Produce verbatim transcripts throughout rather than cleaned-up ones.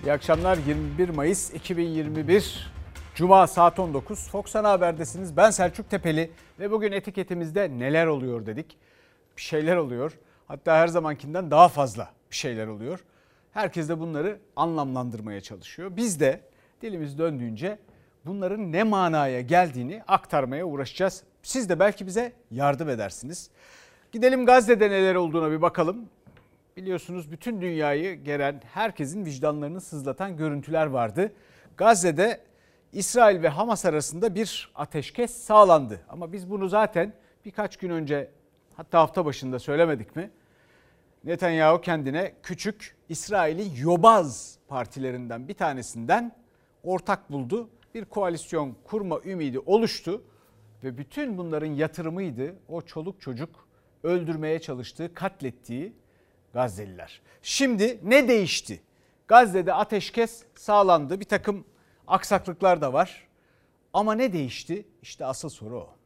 İyi akşamlar. yirmi bir Mayıs iki bin yirmi bir Cuma saat on dokuz. Fox Ana Haber'desiniz. Ben Selçuk Tepeli ve bugün etiketimizde neler oluyor dedik. Bir şeyler oluyor. Hatta her zamankinden daha fazla bir şeyler oluyor. Herkes de bunları anlamlandırmaya çalışıyor. Biz de dilimiz döndüğünce bunların ne manaya geldiğini aktarmaya uğraşacağız. Siz de belki bize yardım edersiniz. Gidelim Gazze'de neler olduğuna bir bakalım. Biliyorsunuz bütün dünyayı geren, herkesin vicdanlarını sızlatan görüntüler vardı. Gazze'de İsrail ve Hamas arasında bir ateşkes sağlandı. Ama biz bunu zaten birkaç gün önce, hatta hafta başında söylemedik mi? Netanyahu kendine küçük İsrail'in yobaz partilerinden bir tanesinden ortak buldu. Bir koalisyon kurma ümidi oluştu ve bütün bunların yatırımıydı o çoluk çocuk öldürmeye çalıştığı, katlettiği Gazze'liler. Şimdi ne değişti? Gazze'de ateşkes sağlandı. Bir takım aksaklıklar da var. Ama ne değişti? İşte asıl soru o.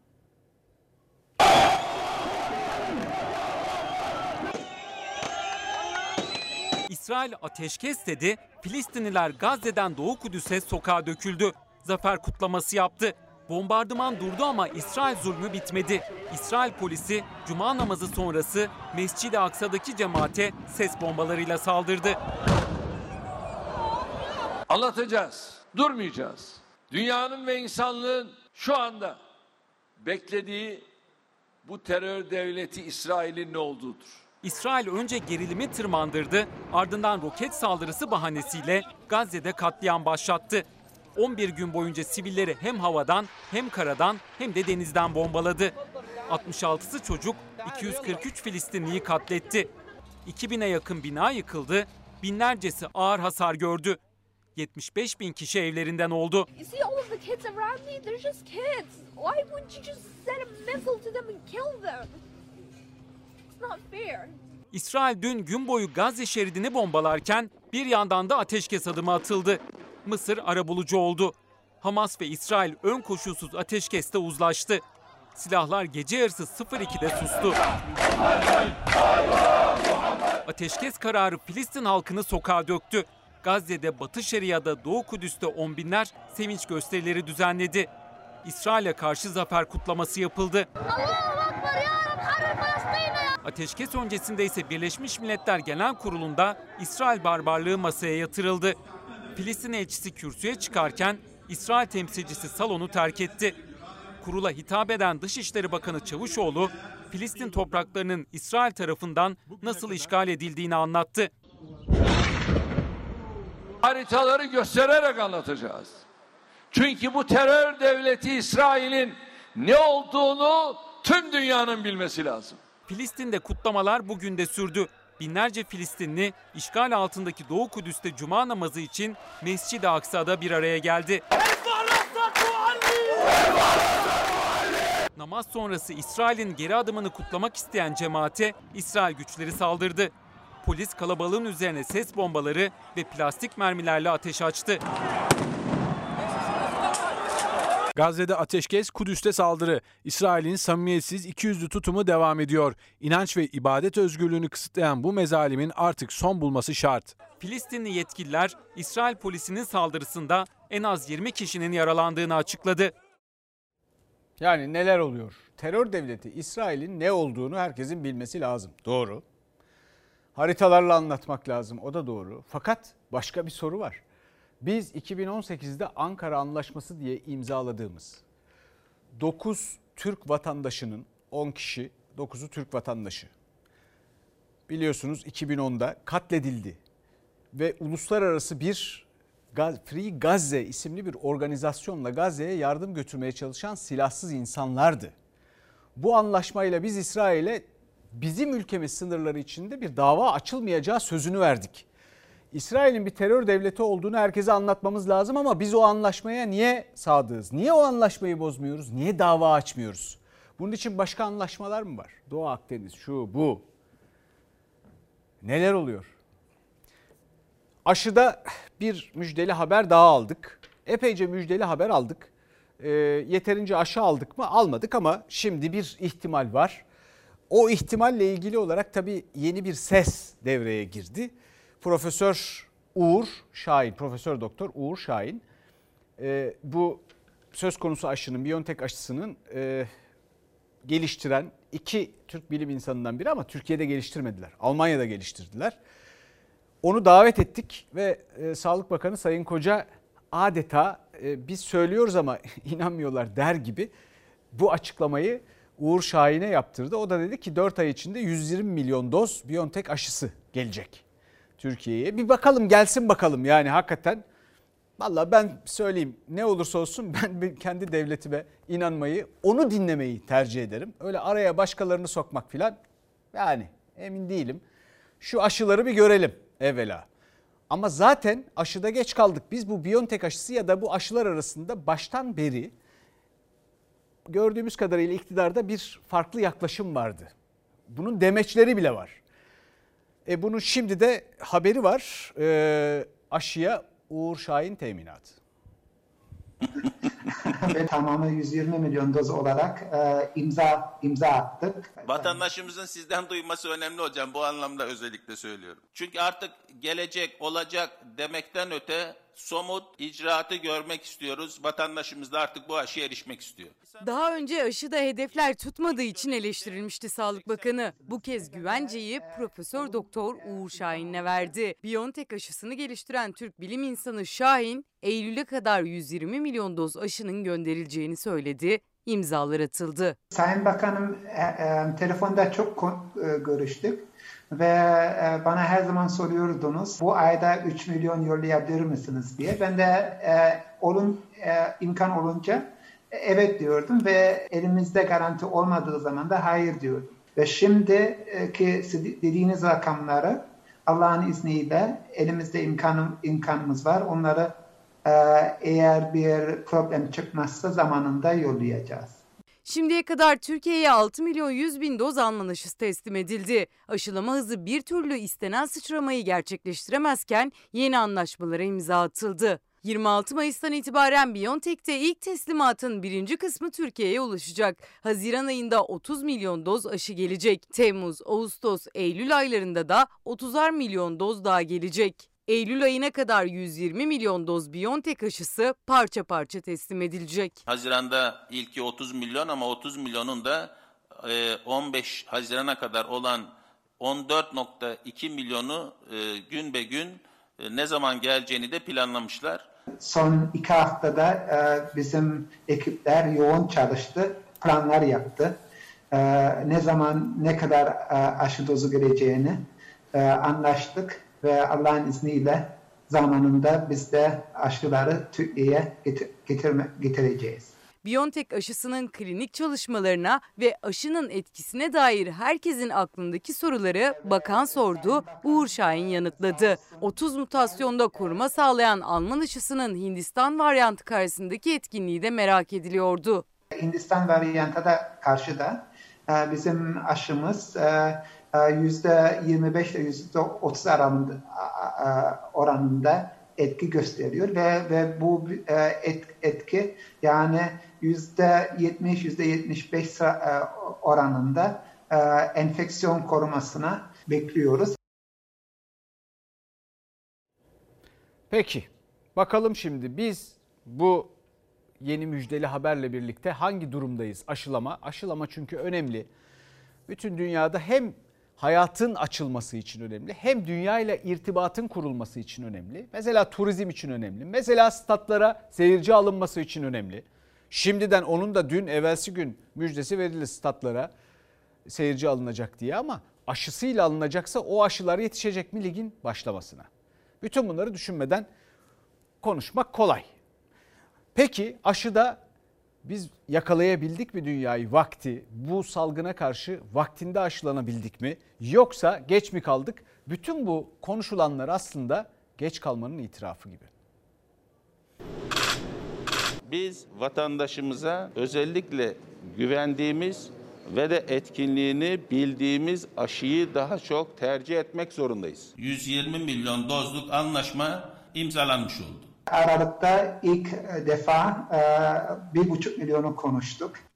İsrail ateşkes dedi. Filistinliler Gazze'den Doğu Kudüs'e sokağa döküldü. Zafer kutlaması yaptı. Bombardıman durdu ama İsrail zulmü bitmedi. İsrail polisi Cuma namazı sonrası Mescid-i Aksa'daki cemaate ses bombalarıyla saldırdı. Anlatacağız, durmayacağız. Dünyanın ve insanlığın şu anda beklediği bu terör devleti İsrail'in ne olduğudur. İsrail önce gerilimi tırmandırdı, ardından roket saldırısı bahanesiyle Gazze'de katliam başlattı. on bir gün boyunca sivilleri hem havadan hem karadan hem de denizden bombaladı. altmış altısı çocuk, iki yüz kırk üç Filistinliyi katletti. iki bine yakın bina yıkıldı, binlercesi ağır hasar gördü. yetmiş beş bin kişi evlerinden oldu. İsrail dün gün boyu Gazze şeridini bombalarken bir yandan da ateşkes adımı atıldı. Mısır arabulucu oldu. Hamas ve İsrail ön koşulsuz ateşkeste uzlaştı. Silahlar gece yarısı sıfır ikide sustu. Ateşkes kararı Filistin halkını sokağa döktü. Gazze'de, Batı Şeria'da, Doğu Kudüs'te on binler sevinç gösterileri düzenledi. İsrail'e karşı zafer kutlaması yapıldı. Ateşkes öncesinde ise Birleşmiş Milletler Genel Kurulu'nda İsrail barbarlığı masaya yatırıldı. Filistin elçisi kürsüye çıkarken İsrail temsilcisi salonu terk etti. Kurula hitap eden Dışişleri Bakanı Çavuşoğlu, Filistin topraklarının İsrail tarafından nasıl işgal edildiğini anlattı. Haritaları göstererek anlatacağız. Çünkü bu terör devleti İsrail'in ne olduğunu tüm dünyanın bilmesi lazım. Filistin'de kutlamalar bugün de sürdü. Binlerce Filistinli işgal altındaki Doğu Kudüs'te Cuma namazı için Mescid-i Aksa'da bir araya geldi. Namaz sonrası İsrail'in geri adımını kutlamak isteyen cemaate İsrail güçleri saldırdı. Polis kalabalığın üzerine ses bombaları ve plastik mermilerle ateş açtı. Gazze'de ateşkes, Kudüs'te saldırı. İsrail'in samimiyetsiz, ikiyüzlü tutumu devam ediyor. İnanç ve ibadet özgürlüğünü kısıtlayan bu mezalimin artık son bulması şart. Filistinli yetkililer İsrail polisinin saldırısında en az yirmi kişinin yaralandığını açıkladı. Yani neler oluyor? Terör devleti İsrail'in ne olduğunu herkesin bilmesi lazım. Doğru. Haritalarla anlatmak lazım. O da doğru. Fakat başka bir soru var. Biz iki bin on sekizde Ankara Anlaşması diye imzaladığımız dokuz Türk vatandaşının on kişi, dokuzu Türk vatandaşı. Biliyorsunuz iki bin onda katledildi ve uluslararası bir Free Gazze isimli bir organizasyonla Gazze'ye yardım götürmeye çalışan silahsız insanlardı. Bu anlaşmayla biz İsrail'e bizim ülkemiz sınırları içinde bir dava açılmayacağı sözünü verdik. İsrail'in bir terör devleti olduğunu herkese anlatmamız lazım ama biz o anlaşmaya niye sadığız? Niye o anlaşmayı bozmuyoruz? Niye dava açmıyoruz? Bunun için başka anlaşmalar mı var? Doğu Akdeniz, şu, bu. Neler oluyor? Aşıda bir müjdeli haber daha aldık. Epeyce müjdeli haber aldık. E, yeterince aşı aldık mı? Almadık ama şimdi bir ihtimal var. O ihtimalle ilgili olarak tabii yeni bir ses devreye girdi. Profesör Uğur Şahin, Profesör Doktor Uğur Şahin e, bu söz konusu aşının, BioNTech aşısının e, geliştiren iki Türk bilim insanından biri ama Türkiye'de geliştirmediler. Almanya'da geliştirdiler. Onu davet ettik ve e, Sağlık Bakanı Sayın Koca adeta e, biz söylüyoruz ama inanmıyorlar der gibi bu açıklamayı Uğur Şahin'e yaptırdı. O da dedi ki dört ay içinde yüz yirmi milyon doz BioNTech aşısı gelecek Türkiye'ye. Bir bakalım, gelsin bakalım yani hakikaten. Vallahi ben söyleyeyim, ne olursa olsun ben kendi devletime inanmayı, onu dinlemeyi tercih ederim. Öyle araya başkalarını sokmak filan yani emin değilim. Şu aşıları bir görelim evvela. Ama zaten aşıda geç kaldık. Biz bu BioNTech aşısı ya da bu aşılar arasında baştan beri gördüğümüz kadarıyla iktidarda bir farklı yaklaşım vardı. Bunun demeçleri bile var. E bunun şimdi de haberi var. E, aşıya Uğur Şahin teminatı. Ve tamamı yüz yirmi milyon doz olarak e, imza imza attık. Vatandaşımızın sizden duyması önemli hocam. Bu anlamda özellikle söylüyorum. Çünkü artık gelecek, olacak demekten öte somut icraatı görmek istiyoruz. Vatandaşımız da artık bu aşıya erişmek istiyor. Daha önce aşıda hedefler tutmadığı için eleştirilmişti Sağlık Bakanı. Bu kez güvenceyi Profesör Doktor Uğur Şahin'le verdi. BioNTech aşısını geliştiren Türk bilim insanı Şahin, Eylül'e kadar yüz yirmi milyon doz aşının gönderileceğini söyledi. İmzalar atıldı. Sayın Bakanım e, e, telefonda çok e, görüştük ve e, bana her zaman soruyordunuz bu ayda üç milyon yollayabilir misiniz diye. Ben de e, olun e, imkan olunca e, evet diyordum ve elimizde garanti olmadığı zaman da hayır diyordum. Ve şimdiki dediğiniz rakamları Allah'ın izniyle elimizde imkanım, imkanımız var. Onları eğer bir problem çıkmazsa zamanında yollayacağız. Şimdiye kadar Türkiye'ye altı milyon yüz bin doz Alman aşısı teslim edildi. Aşılama hızı bir türlü istenen sıçramayı gerçekleştiremezken yeni anlaşmalara imza atıldı. yirmi altı Mayıs'tan itibaren BioNTech'te ilk teslimatın birinci kısmı Türkiye'ye ulaşacak. Haziran ayında otuz milyon doz aşı gelecek. Temmuz, Ağustos, Eylül aylarında da otuzar milyon doz daha gelecek. Eylül ayına kadar yüz yirmi milyon doz BioNTech aşısı parça parça teslim edilecek. Haziran'da ilki otuz milyon ama otuz milyonun da on beş Haziran'a kadar olan on dört nokta iki milyonu gün be gün ne zaman geleceğini de planlamışlar. Son iki haftada bizim ekipler yoğun çalıştı, planlar yaptı. Ne zaman ne kadar aşı dozu geleceğini anlaştık. Ve Allah'ın izniyle zamanında biz de aşıları Türkiye'ye getirme, getireceğiz. BioNTech aşısının klinik çalışmalarına ve aşının etkisine dair herkesin aklındaki soruları bakan sordu, Uğur Şahin yanıtladı. otuz mutasyonda koruma sağlayan Alman aşısının Hindistan varyantı karşısındaki etkinliği de merak ediliyordu. Hindistan varyantı da karşı da bizim aşımız yüzde yirmi beş ile yüzde otuz oranında, oranında etki gösteriyor ve ve bu et, etki yani yüzde yetmiş yüzde yetmiş beş oranında enfeksiyon korumasına bekliyoruz. Peki bakalım şimdi biz bu yeni müjdeli haberle birlikte hangi durumdayız? Aşılama, aşılama çünkü önemli. Bütün dünyada hem hayatın açılması için önemli, hem dünya ile irtibatın kurulması için önemli. Mesela turizm için önemli. Mesela statlara seyirci alınması için önemli. Şimdiden onun da dün evvelsi gün müjdesi verildi statlara seyirci alınacak diye ama aşısıyla alınacaksa o aşılar yetişecek mi ligin başlamasına? Bütün bunları düşünmeden konuşmak kolay. Peki aşıda biz yakalayabildik mi dünyayı vakti, bu salgına karşı vaktinde aşılanabildik mi? Yoksa geç mi kaldık? Bütün bu konuşulanlar aslında geç kalmanın itirafı gibi. Biz vatandaşımıza özellikle güvendiğimiz ve de etkinliğini bildiğimiz aşıyı daha çok tercih etmek zorundayız. yüz yirmi milyon dozluk anlaşma imzalanmış oldu. Aralık'ta ilk defa bir buçuk milyonu konuştuk.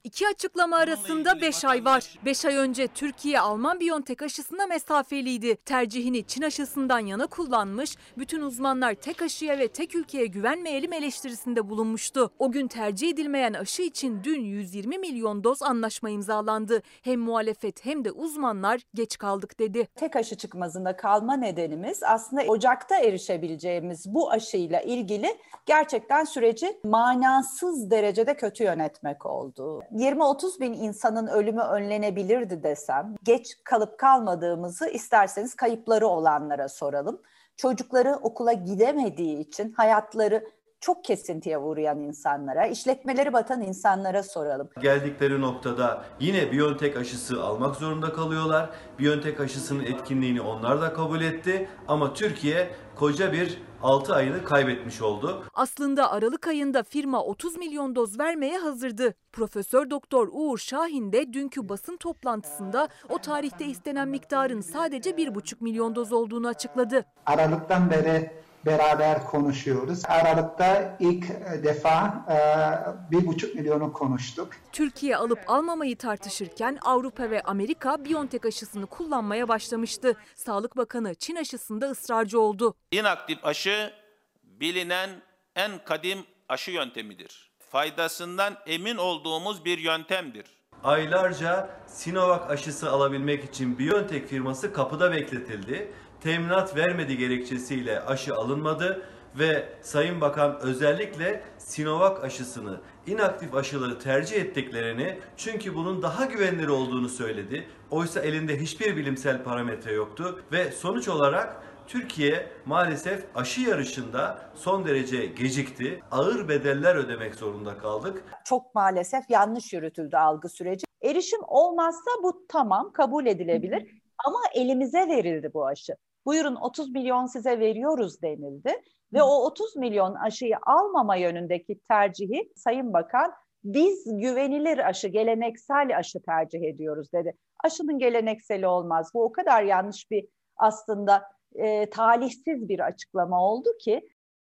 İki açıklama arasında beş ay var. beş ay önce Türkiye Alman-BioNTech aşısına mesafeliydi. Tercihini Çin aşısından yana kullanmış, bütün uzmanlar tek aşıya ve tek ülkeye güvenmeyelim eleştirisinde bulunmuştu. O gün tercih edilmeyen aşı için dün yüz yirmi milyon doz anlaşma imzalandı. Hem muhalefet hem de uzmanlar geç kaldık dedi. Tek aşı çıkmazında kalma nedenimiz aslında Ocak'ta erişebileceğimiz bu aşıyla ilgili gerçekten süreci manasız derecede kötü yönetmek oldu. yirmi otuz bin insanın ölümü önlenebilirdi desem, geç kalıp kalmadığımızı isterseniz kayıpları olanlara soralım. Çocukları okula gidemediği için hayatları çok kesintiye uğrayan insanlara, işletmeleri batan insanlara soralım. Geldikleri noktada yine BioNTech aşısı almak zorunda kalıyorlar. BioNTech aşısının etkinliğini onlar da kabul etti ama Türkiye koca bir altı ayını kaybetmiş oldu. Aslında Aralık ayında firma otuz milyon doz vermeye hazırdı. Profesör Doktor Uğur Şahin de dünkü basın toplantısında o tarihte istenen miktarın sadece bir buçuk milyon doz olduğunu açıkladı. Aralıktan beri beraber konuşuyoruz. Aralıkta ilk defa bir buçuk milyonu konuştuk. Türkiye alıp almamayı tartışırken Avrupa ve Amerika BioNTech aşısını kullanmaya başlamıştı. Sağlık Bakanı Çin aşısında ısrarcı oldu. İnaktif aşı bilinen en kadim aşı yöntemidir. Faydasından emin olduğumuz bir yöntemdir. Aylarca Sinovac aşısı alabilmek için BioNTech firması kapıda bekletildi. Teminat vermediği gerekçesiyle aşı alınmadı ve Sayın Bakan özellikle Sinovac aşısını, inaktif aşıları tercih ettiklerini, çünkü bunun daha güvenilir olduğunu söyledi. Oysa elinde hiçbir bilimsel parametre yoktu ve sonuç olarak Türkiye maalesef aşı yarışında son derece gecikti. Ağır bedeller ödemek zorunda kaldık. Çok maalesef yanlış yürütüldü algı süreci. Erişim olmazsa bu tamam, kabul edilebilir ama elimize verildi bu aşı. Buyurun otuz milyon size veriyoruz denildi ve o otuz milyon aşıyı almama yönündeki tercihi Sayın Bakan biz güvenilir aşı, geleneksel aşı tercih ediyoruz dedi. Aşının gelenekseli olmaz. Bu o kadar yanlış bir aslında e, talihsiz bir açıklama oldu ki.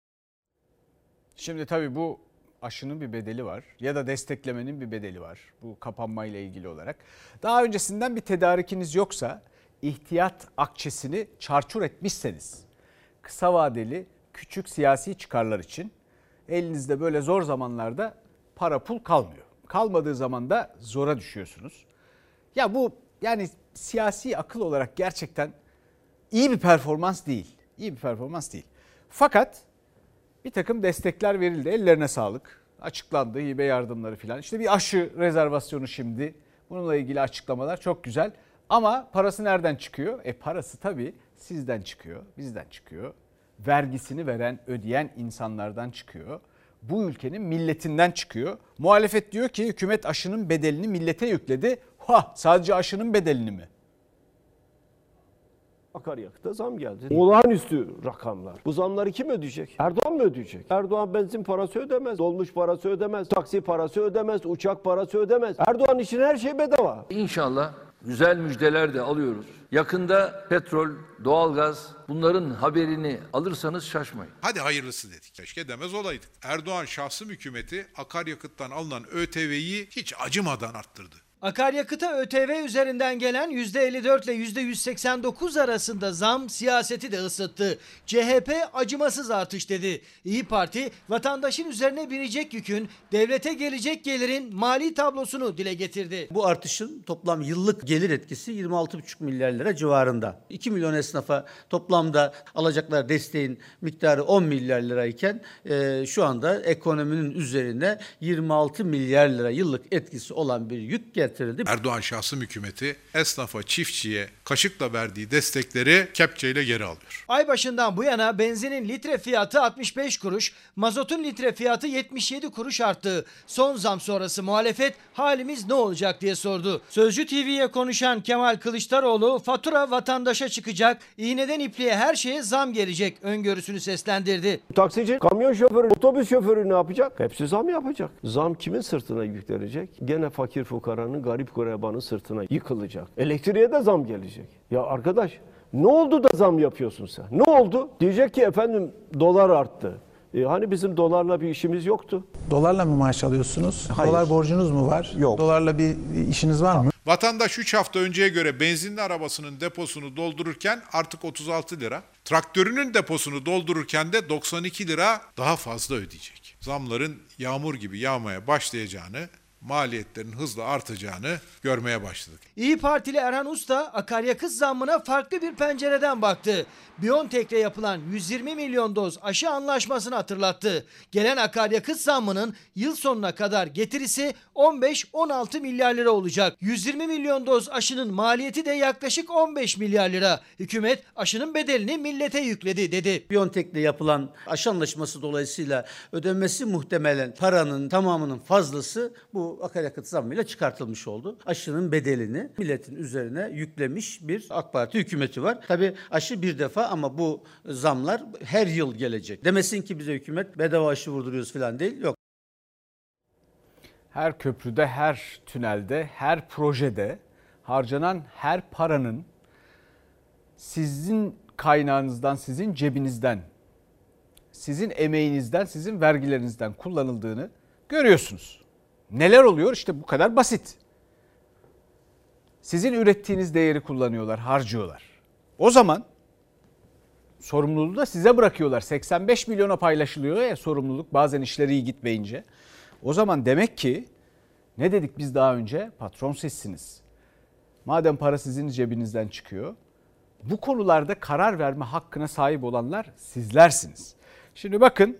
Şimdi tabii bu aşının bir bedeli var ya da desteklemenin bir bedeli var bu kapanmayla ilgili olarak. Daha öncesinden bir tedarikiniz yoksa, ihtiyat akçesini çarçur etmişseniz, kısa vadeli küçük siyasi çıkarlar için elinizde böyle zor zamanlarda para pul kalmıyor. Kalmadığı zaman da zora düşüyorsunuz. Ya bu yani siyasi akıl olarak gerçekten iyi bir performans değil. İyi bir performans değil. Fakat bir takım destekler verildi. Ellerine sağlık. Açıklandı hibe yardımları filan. İşte bir aşı rezervasyonu şimdi. Bununla ilgili açıklamalar çok güzel. Ama parası nereden çıkıyor? E parası tabii sizden çıkıyor, bizden çıkıyor. Vergisini veren, ödeyen insanlardan çıkıyor. Bu ülkenin milletinden çıkıyor. Muhalefet diyor ki hükümet aşının bedelini millete yükledi. Ha, sadece aşının bedelini mi? Akaryakıta zam geldi. Olağanüstü rakamlar. Bu zamları kim ödeyecek? Erdoğan mı ödeyecek? Erdoğan benzin parası ödemez, dolmuş parası ödemez, taksi parası ödemez, uçak parası ödemez. Erdoğan için her şey bedava. İnşallah güzel müjdeler de alıyoruz. Yakında petrol, doğalgaz, bunların haberini alırsanız şaşmayın. Hadi hayırlısı dedik. Keşke demez olaydık. Erdoğan şahsım hükümeti akaryakıttan alınan ÖTV'yi hiç acımadan arttırdı. Akaryakıta ÖTV üzerinden gelen yüzde elli dört ile yüzde yüz seksen dokuz arasında zam siyaseti de ısıttı. C H P acımasız artış dedi. İyi Parti vatandaşın üzerine binecek yükün, devlete gelecek gelirin mali tablosunu dile getirdi. Bu artışın toplam yıllık gelir etkisi yirmi altı buçuk milyar lira civarında. iki milyon esnafa toplamda alacaklar desteğin miktarı on milyar lirayken e, şu anda ekonominin üzerine yirmi altı milyar lira yıllık etkisi olan bir yük geldi. Erdoğan şahsım hükümeti esnafa, çiftçiye kaşıkla verdiği destekleri kepçeyle geri alıyor. Ay başından bu yana benzinin litre fiyatı altmış beş kuruş, mazotun litre fiyatı yetmiş yedi kuruş arttı. Son zam sonrası muhalefet halimiz ne olacak diye sordu. Sözcü T V'ye konuşan Kemal Kılıçdaroğlu fatura vatandaşa çıkacak, iğneden ipliğe her şeye zam gelecek öngörüsünü seslendirdi. Taksici, kamyon şoförü, otobüs şoförü ne yapacak? Hepsi zam yapacak. Zam kimin sırtına yüklenecek? Gene fakir fukaranın, garip garibanın sırtına yıkılacak. Elektriğe de zam gelecek. Ya arkadaş ne oldu da zam yapıyorsun sen? Ne oldu? Diyecek ki efendim dolar arttı. E, hani bizim dolarla bir işimiz yoktu? Dolarla mı maaş alıyorsunuz? Hayır. Dolar borcunuz mu var? Yok. Dolarla bir işiniz var mı? Vatandaş üç hafta önceye göre benzinli arabasının deposunu doldururken artık otuz altı lira, traktörünün deposunu doldururken de doksan iki lira daha fazla ödeyecek. Zamların yağmur gibi yağmaya başlayacağını, maliyetlerin hızla artacağını görmeye başladık. İyi Partili Erhan Usta akaryakıt zammına farklı bir pencereden baktı. BioNTech'le yapılan yüz yirmi milyon doz aşı anlaşmasını hatırlattı. Gelen akaryakıt zammının yıl sonuna kadar getirisi on beş on altı milyar lira olacak. yüz yirmi milyon doz aşının maliyeti de yaklaşık on beş milyar lira. Hükümet aşının bedelini millete yükledi dedi. BioNTech'le yapılan aşı anlaşması dolayısıyla ödenmesi muhtemelen paranın tamamının fazlası bu akaryakıt zammıyla çıkartılmış oldu. Aşının bedelini milletin üzerine yüklemiş bir AK Parti hükümeti var. Tabii aşı bir defa ama bu zamlar her yıl gelecek. Demesin ki bize hükümet bedava aşı vurduruyoruz falan değil. Yok. Her köprüde, her tünelde, her projede harcanan her paranın sizin kaynağınızdan, sizin cebinizden, sizin emeğinizden, sizin vergilerinizden kullanıldığını görüyorsunuz. Neler oluyor? İşte bu kadar basit. Sizin ürettiğiniz değeri kullanıyorlar, harcıyorlar. O zaman sorumluluğu da size bırakıyorlar. seksen beş milyona paylaşılıyor ya sorumluluk bazen işleri iyi gitmeyince. O zaman demek ki ne dedik biz daha önce? Patron sizsiniz. Madem para sizin cebinizden çıkıyor, bu konularda karar verme hakkına sahip olanlar sizlersiniz. Şimdi bakın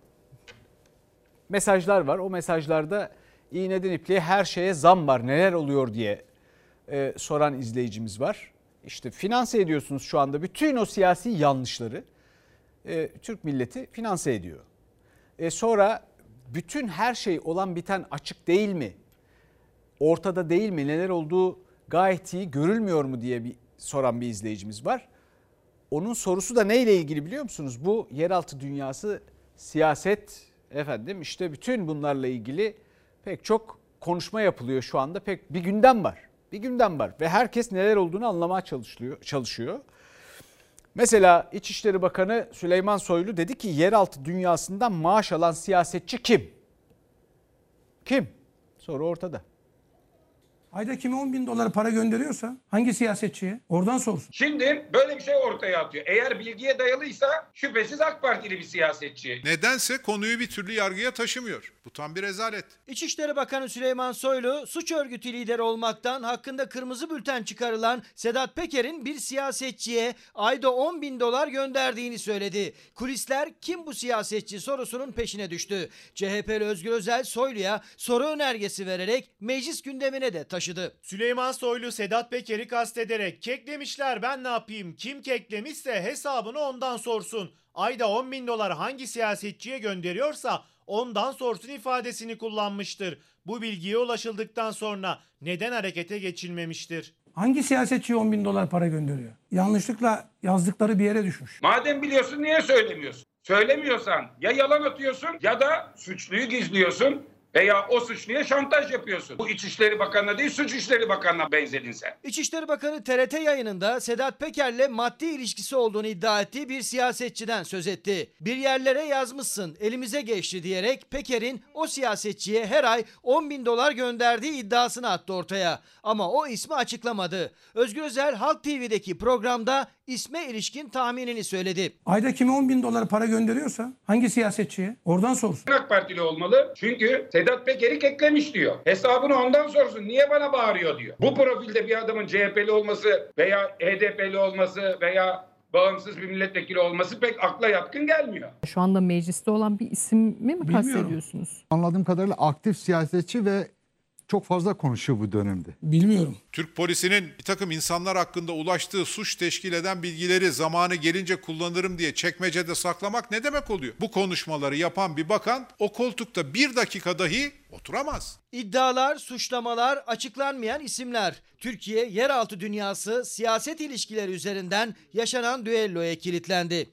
mesajlar var. O mesajlarda iğneden ipliğe her şeye zam var, neler oluyor diye e, soran izleyicimiz var. İşte finanse ediyorsunuz şu anda bütün o siyasi yanlışları e, Türk milleti finanse ediyor. E, sonra bütün her şey olan biten açık değil mi? Ortada değil mi? Neler olduğu gayet iyi görülmüyor mu diye bir soran bir izleyicimiz var. Onun sorusu da neyle ilgili biliyor musunuz? Bu yeraltı dünyası, siyaset, efendim işte bütün bunlarla ilgili pek çok konuşma yapılıyor şu anda. Pek bir gündem var. Bir gündem var ve herkes neler olduğunu anlamaya çalışıyor. çalışıyor. Mesela İçişleri Bakanı Süleyman Soylu dedi ki yeraltı dünyasından maaş alan siyasetçi kim? Kim? Soru ortada. Ayda kime on bin dolar para gönderiyorsa hangi siyasetçiye? Oradan sorsun. Şimdi böyle bir şey ortaya atıyor. Eğer bilgiye dayalıysa şüphesiz AK Partili bir siyasetçi. Nedense konuyu bir türlü yargıya taşımıyor. Bu tam bir rezalet. İçişleri Bakanı Süleyman Soylu suç örgütü lideri olmaktan hakkında kırmızı bülten çıkarılan Sedat Peker'in bir siyasetçiye ayda on bin dolar gönderdiğini söyledi. Kulisler kim bu siyasetçi sorusunun peşine düştü. C H P'li Özgür Özel Soylu'ya soru önergesi vererek meclis gündemine de taşıdı. Süleyman Soylu Sedat Peker'i kastederek keklemişler ben ne yapayım kim keklemişse hesabını ondan sorsun. Ayda on bin dolar hangi siyasetçiye gönderiyorsa ondan sorsun ifadesini kullanmıştır. Bu bilgiye ulaşıldıktan sonra neden harekete geçilmemiştir? Hangi siyasetçiye on bin dolar para gönderiyor? Yanlışlıkla yazdıkları bir yere düşmüş. Madem biliyorsun niye söylemiyorsun? Söylemiyorsan ya yalan atıyorsun ya da suçluyu gizliyorsun. Veya o suçluya şantaj yapıyorsun. Bu İçişleri Bakanı'na değil Suç İşleri Bakanı'na benzedin sen. İçişleri Bakanı T R T yayınında Sedat Peker'le maddi ilişkisi olduğunu iddia ettiği bir siyasetçiden söz etti. Bir yerlere yazmışsın elimize geçti diyerek Peker'in o siyasetçiye her ay on bin dolar gönderdiği iddiasını attı ortaya. Ama o ismi açıklamadı. Özgür Özel Halk T V'deki programda isme ilişkin tahminini söyledi. Ayda kime on bin dolar para gönderiyorsa hangi siyasetçiye? Oradan sorsun. AK Partili olmalı çünkü Sedat Peker'i keklemiş diyor. Hesabını ondan sorsun. Niye bana bağırıyor diyor. Bu profilde bir adamın C H P'li olması veya H D P'li olması veya bağımsız bir milletvekili olması pek akla yatkın gelmiyor. Şu anda mecliste olan bir isim mi mi kastediyorsunuz? Anladığım kadarıyla aktif siyasetçi ve çok fazla konuşuyor bu dönemde. Bilmiyorum. Türk polisinin bir takım insanlar hakkında ulaştığı suç teşkil eden bilgileri zamanı gelince kullanırım diye çekmecede saklamak ne demek oluyor? Bu konuşmaları yapan bir bakan o koltukta bir dakika dahi oturamaz. İddialar, suçlamalar, açıklanmayan isimler. Türkiye yeraltı dünyası siyaset ilişkileri üzerinden yaşanan düelloya kilitlendi.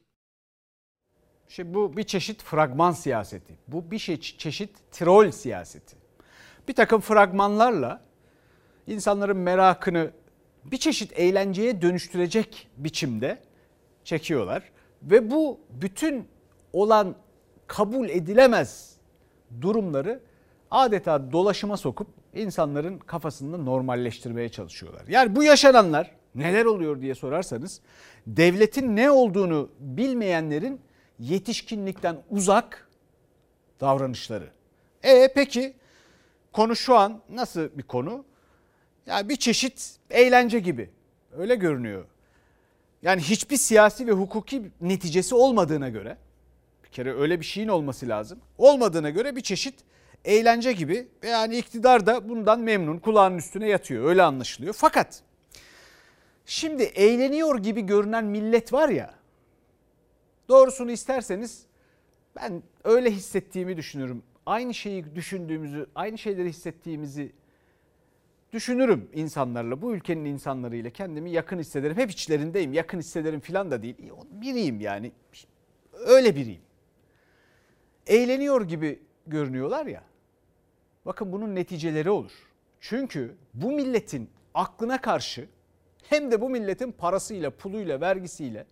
Şimdi bu bir çeşit fragman siyaseti. Bu bir şey, çeşit troll siyaseti. Bir takım fragmanlarla insanların merakını bir çeşit eğlenceye dönüştürecek biçimde çekiyorlar. Ve bu bütün olan kabul edilemez durumları adeta dolaşıma sokup insanların kafasında normalleştirmeye çalışıyorlar. Yani bu yaşananlar neler oluyor diye sorarsanız devletin ne olduğunu bilmeyenlerin yetişkinlikten uzak davranışları. E peki konu şu an nasıl bir konu? Yani bir çeşit eğlence gibi. Öyle görünüyor. Yani hiçbir siyasi ve hukuki neticesi olmadığına göre, bir kere öyle bir şeyin olması lazım. Olmadığına göre bir çeşit eğlence gibi. Yani iktidar da bundan memnun, kulağının üstüne yatıyor. Öyle anlaşılıyor. Fakat şimdi eğleniyor gibi görünen millet var ya, doğrusunu isterseniz ben öyle hissettiğimi düşünürüm. Aynı şeyi düşündüğümüzü, aynı şeyleri hissettiğimizi düşünürüm insanlarla, bu ülkenin insanlarıyla kendimi yakın hissederim. Hep içlerindeyim, yakın hissederim falan da değil. Biriyim yani, öyle biriyim. Eğleniyor gibi görünüyorlar ya, bakın bunun neticeleri olur. Çünkü bu milletin aklına karşı hem de bu milletin parasıyla, puluyla, vergisiyle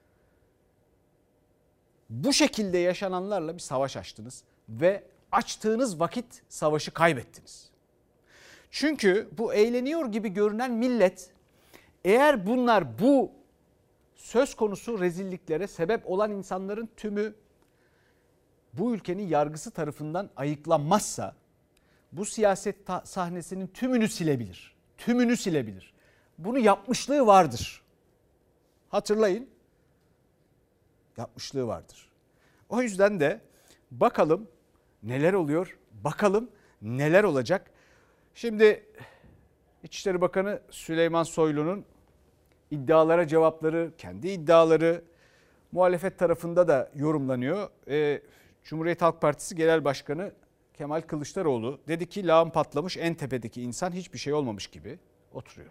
bu şekilde yaşananlarla bir savaş açtınız ve açtığınız vakit savaşı kaybettiniz. Çünkü bu eğleniyor gibi görünen millet, eğer bunlar bu söz konusu rezilliklere sebep olan insanların tümü bu ülkenin yargısı tarafından ayıklanmazsa bu siyaset sahnesinin tümünü silebilir. Tümünü silebilir. Bunu yapmışlığı vardır. Hatırlayın. Yapmışlığı vardır. O yüzden de bakalım neler oluyor, bakalım neler olacak. Şimdi İçişleri Bakanı Süleyman Soylu'nun iddialara cevapları, kendi iddiaları muhalefet tarafında da yorumlanıyor. Ee, Cumhuriyet Halk Partisi Genel Başkanı Kemal Kılıçdaroğlu dedi ki lağım patlamış, en tepedeki insan hiçbir şey olmamış gibi oturuyor.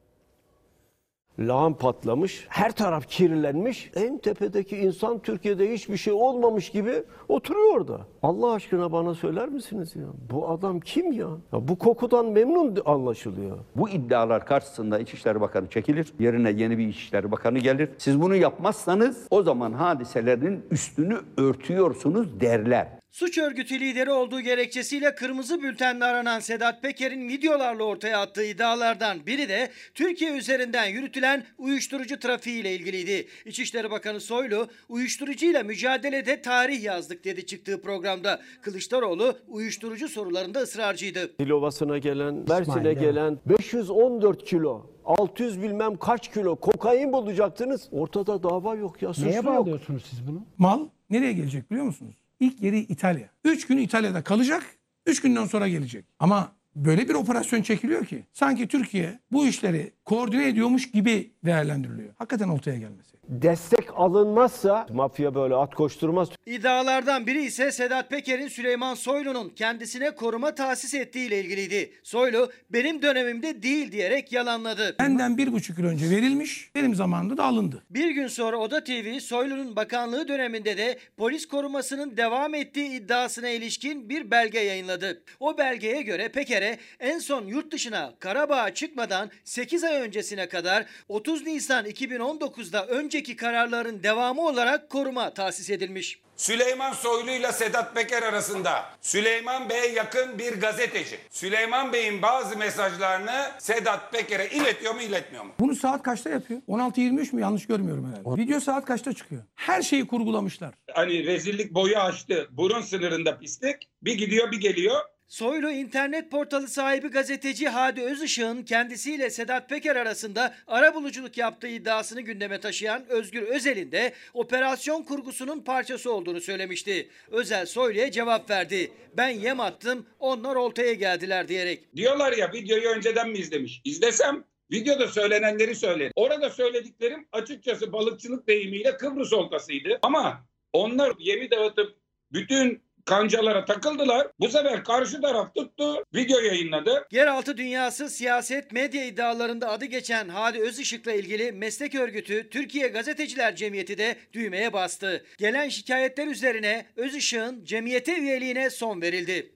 Lağım patlamış, her taraf kirlenmiş. En tepedeki insan Türkiye'de hiçbir şey olmamış gibi oturuyor orada. Allah aşkına bana söyler misiniz ya? Bu adam kim ya? Ya bu kokudan memnun anlaşılıyor. Bu iddialar karşısında İçişleri Bakanı çekilir. Yerine yeni bir İçişleri Bakanı gelir. Siz bunu yapmazsanız o zaman hadiselerin üstünü örtüyorsunuz derler. Suç örgütü lideri olduğu gerekçesiyle kırmızı bültenle aranan Sedat Peker'in videolarla ortaya attığı iddialardan biri de Türkiye üzerinden yürütülen uyuşturucu trafiği ile ilgiliydi. İçişleri Bakanı Soylu, uyuşturucuyla mücadelede tarih yazdık dedi çıktığı programda. Kılıçdaroğlu uyuşturucu sorularında ısrarcıydı. Dilovası'na gelen, Mersin'e gelen beş yüz on dört kilo, altı yüz bilmem kaç kilo kokain bulacaktınız. Ortada dava yok ya. Neye bağlıyorsunuz siz bunu? Mal nereye gelecek biliyor musunuz? İlk yeri İtalya. Üç gün İtalya'da kalacak, üç günden sonra gelecek. Ama böyle bir operasyon çekiliyor ki sanki Türkiye bu işleri koordine ediyormuş gibi değerlendiriliyor. Hakikaten ortaya gelmesi. Destek alınmazsa mafya böyle at koşturmaz. İddialardan biri ise Sedat Peker'in Süleyman Soylu'nun kendisine koruma tahsis ettiği ile ilgiliydi. Soylu benim dönemimde değil diyerek yalanladı. Benden bir buçuk yıl önce verilmiş, benim zamanımda da alındı. Bir gün sonra Oda T V Soylu'nun bakanlığı döneminde de polis korumasının devam ettiği iddiasına ilişkin bir belge yayınladı. O belgeye göre Peker'e en son yurt dışına Karabağ'a çıkmadan sekiz ay öncesine kadar otuz Nisan iki bin on dokuzda önceki kararların devamı olarak koruma tahsis edilmiş. Süleyman Soylu ile Sedat Peker arasında Süleyman Bey'e yakın bir gazeteci Süleyman Bey'in bazı mesajlarını Sedat Peker'e iletiyor mu iletmiyor mu? Bunu saat kaçta yapıyor? on altı yirmi üç mü? Yanlış görmüyorum herhalde. Video saat kaçta çıkıyor? Her şeyi kurgulamışlar. Hani rezillik boyu aştı. Burun sınırında pislik. Bir gidiyor bir geliyor. Soylu internet portalı sahibi gazeteci Hadi Özışık'ın kendisiyle Sedat Peker arasında arabuluculuk yaptığı iddiasını gündeme taşıyan Özgür Özel'in de operasyon kurgusunun parçası olduğunu söylemişti. Özel Soylu'ya cevap verdi. Ben yem attım, onlar oltaya geldiler diyerek. Diyorlar ya videoyu önceden mi izlemiş? İzlesem videoda söylenenleri söylerim. Orada söylediklerim açıkçası balıkçılık deyimiyle Kıbrıs oltasıydı. Ama onlar yemi dağıtıp bütün kancalara takıldılar. Bu sefer karşı taraf tuttu, video yayınladı. Yeraltı dünyası siyaset medya iddialarında adı geçen Hadi Özışık'la ilgili meslek örgütü Türkiye Gazeteciler Cemiyeti de düğmeye bastı. Gelen şikayetler üzerine Özışık'ın cemiyete üyeliğine son verildi.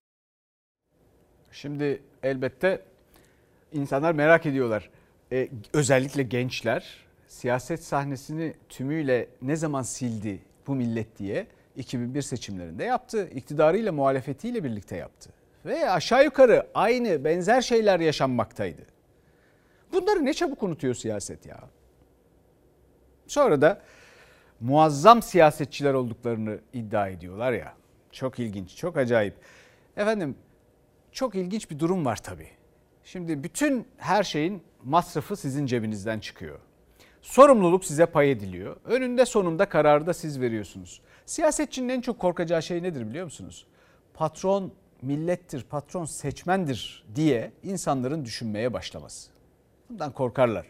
Şimdi elbette insanlar merak ediyorlar. Ee, özellikle gençler siyaset sahnesini tümüyle ne zaman sildi bu millet diye. iki bin bir seçimlerinde yaptı. İktidarıyla muhalefetiyle birlikte yaptı. Ve aşağı yukarı aynı benzer şeyler yaşanmaktaydı. Bunları ne çabuk unutuyor siyaset ya. Sonra da muazzam siyasetçiler olduklarını iddia ediyorlar ya. Çok ilginç, çok acayip. Efendim çok ilginç bir durum var tabii. Şimdi bütün her şeyin masrafı sizin cebinizden çıkıyor. Sorumluluk size pay ediliyor. Önünde sonunda kararı da siz veriyorsunuz. Siyasetçinin en çok korkacağı şey nedir biliyor musunuz? Patron millettir, patron seçmendir diye insanların düşünmeye başlaması. Bundan korkarlar.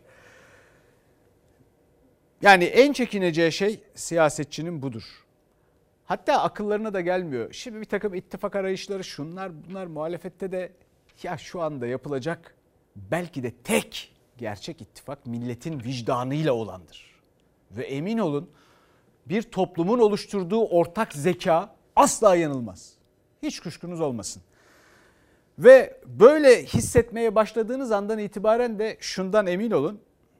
Yani en çekineceği şey siyasetçinin budur. Hatta akıllarına da gelmiyor. Şimdi bir takım ittifak arayışları şunlar bunlar muhalefette de ya şu anda yapılacak belki de tek gerçek ittifak milletin vicdanıyla olandır. Ve emin olun bir toplumun oluşturduğu ortak zeka asla yanılmaz. Hiç kuşkunuz olmasın. Ve böyle hissetmeye başladığınız andan itibaren de şundan emin olun.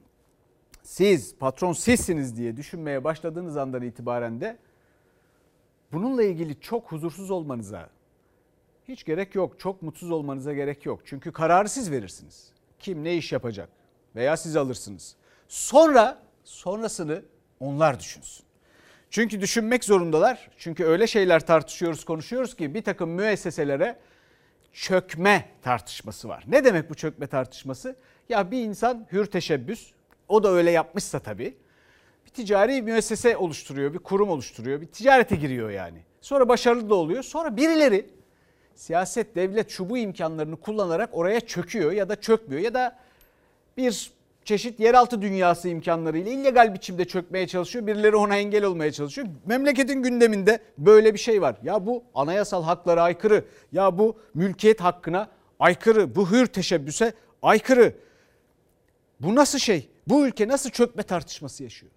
Siz patron sizsiniz diye düşünmeye başladığınız andan itibaren de bununla ilgili çok huzursuz olmanıza hiç gerek yok. Çok mutsuz olmanıza gerek yok. Çünkü kararı siz verirsiniz. Kim ne iş yapacak veya siz alırsınız. Sonra sonrasını onlar düşünsün. Çünkü düşünmek zorundalar. Çünkü öyle şeyler tartışıyoruz, konuşuyoruz ki bir takım müesseselere çökme tartışması var. Ne demek bu çökme tartışması? Ya bir insan hür teşebbüs, o da öyle yapmışsa tabii. Bir ticari müessese oluşturuyor, bir kurum oluşturuyor, bir ticarete giriyor yani. Sonra başarılı da oluyor. Sonra birileri siyaset, devlet şu bu imkanlarını kullanarak oraya çöküyor ya da çökmüyor ya da bir çeşit yeraltı dünyası imkanlarıyla illegal biçimde çökmeye çalışıyor. Birileri ona engel olmaya çalışıyor. Memleketin gündeminde böyle bir şey var. Ya bu anayasal haklara aykırı, ya bu mülkiyet hakkına aykırı, bu hür teşebbüse aykırı. Bu nasıl şey? Bu ülke nasıl çökme tartışması yaşıyor?